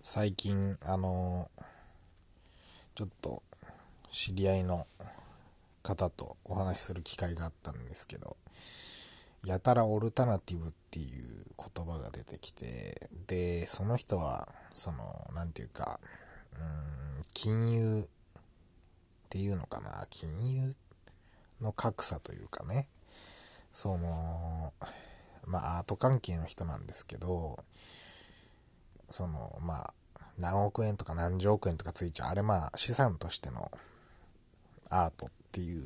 最近ちょっと知り合いの方とお話しする機会があったんですけど、やたらオルタナティブっていう言葉が出てきて、でその人はなんていうか、金融っていうのかな、金融の格差というかね、アート関係の人なんですけど、何億円とか何十億円とかついちゃう、あれ資産としてのアートっていう、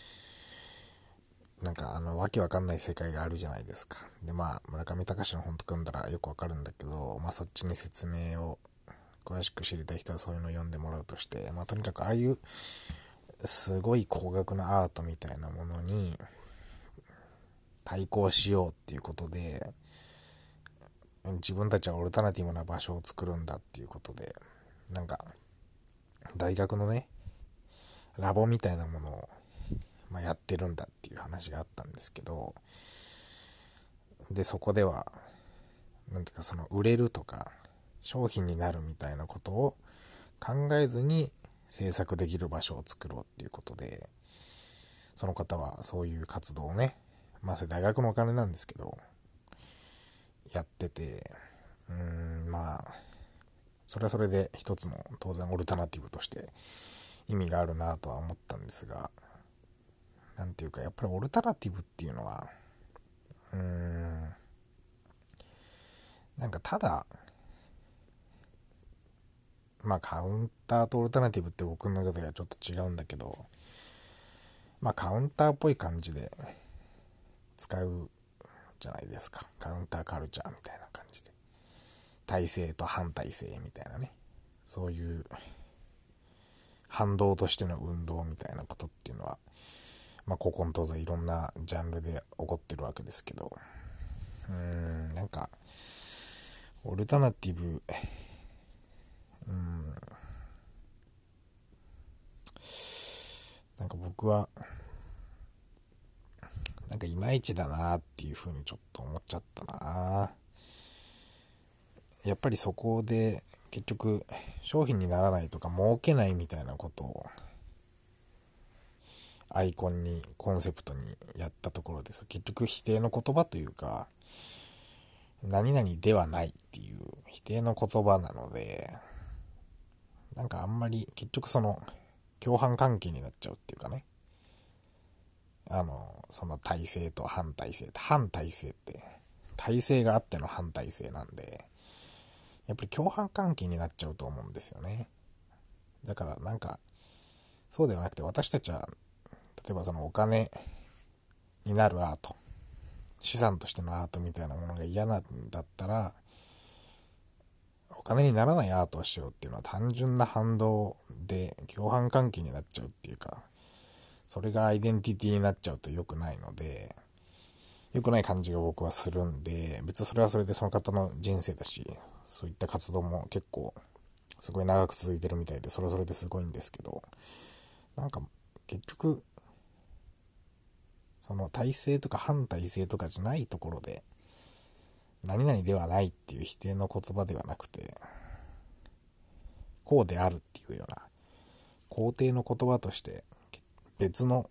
わけわかんない世界があるじゃないですか。で村上隆の本と読んだらよくわかるんだけど、そっちに説明を詳しく知りたい人はそういうのを読んでもらうとして、とにかくああいうすごい高額なアートみたいなものに対抗しようっていうことで、自分たちはオルタナティブな場所を作るんだっていうことで、大学のね、ラボみたいなものを、やってるんだっていう話があったんですけど、でそこではなんていうか、売れるとか商品になるみたいなことを考えずに制作できる場所を作ろうっていうことで、その方はそういう活動をね、それ大学のお金なんですけどやってて、それはそれで一つの当然オルタナティブとして意味があるなとは思ったんですが、なんていうか、やっぱりオルタナティブっていうのは、ただカウンターとオルタナティブって僕の中ではちょっと違うんだけど、カウンターっぽい感じで使うじゃないですか。カウンターカルチャーみたいな感じで、体制と反体制みたいなね、そういう反動としての運動みたいなことっていうのは、古今東西いろんなジャンルで起こってるわけですけど、オルタナティブ、僕はいまいちだなっていうふうにちょっと思っちゃったな。やっぱりそこで結局商品にならないとか儲けないみたいなことをアイコンにコンセプトにやったところです。結局否定の言葉というか、何々ではないっていう否定の言葉なので、あんまり結局共犯関係になっちゃうっていうかね、体制と反体制、反体制って体制があっての反体制なんで、やっぱり共犯関係になっちゃうと思うんですよね。だからそうではなくて、私たちは例えばお金になるアート、資産としてのアートみたいなものが嫌なんだったら、お金にならないアートをしようっていうのは単純な反動で共犯関係になっちゃうっていうか、それがアイデンティティになっちゃうと良くないので、良くない感じが僕はするんで、別にそれはそれでその方の人生だし、そういった活動も結構すごい長く続いてるみたいで、それはそれですごいんですけど、結局その体制とか反体制とかじゃないところで、何々ではないっていう否定の言葉ではなくて、こうであるっていうような肯定の言葉として別の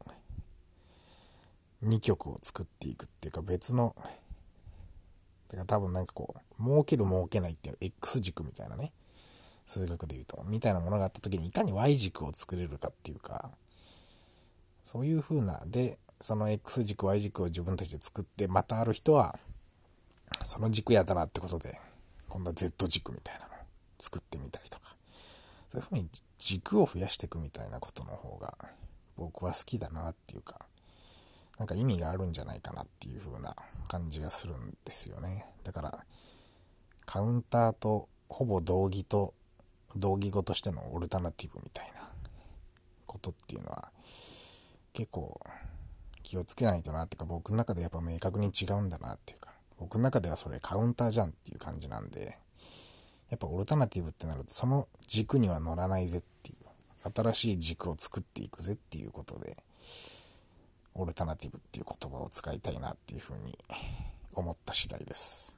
2曲を作っていくっていうか、別の、だから多分儲ける儲けないっていう X 軸みたいなね、数学で言うとみたいなものがあった時に、いかに Y 軸を作れるかっていうか、そういう風なで、その X 軸 Y 軸を自分たちで作って、またある人はその軸やだなってことで今度は Z 軸みたいなのを作ってみたりとか、そういう風に軸を増やしていくみたいなことの方が僕は好きだなっていうか、意味があるんじゃないかなっていう風な感じがするんですよね。だからカウンターとほぼ同義語としてのオルタナティブみたいなことっていうのは結構気をつけないとなっていうか、僕の中でやっぱ明確に違うんだなっていうか、僕の中ではそれカウンターじゃんっていう感じなんで、やっぱオルタナティブってなるとその軸には乗らないぜっていう、新しい軸を作っていくぜっていうことで、オルタナティブっていう言葉を使いたいなっていうふうに思った次第です。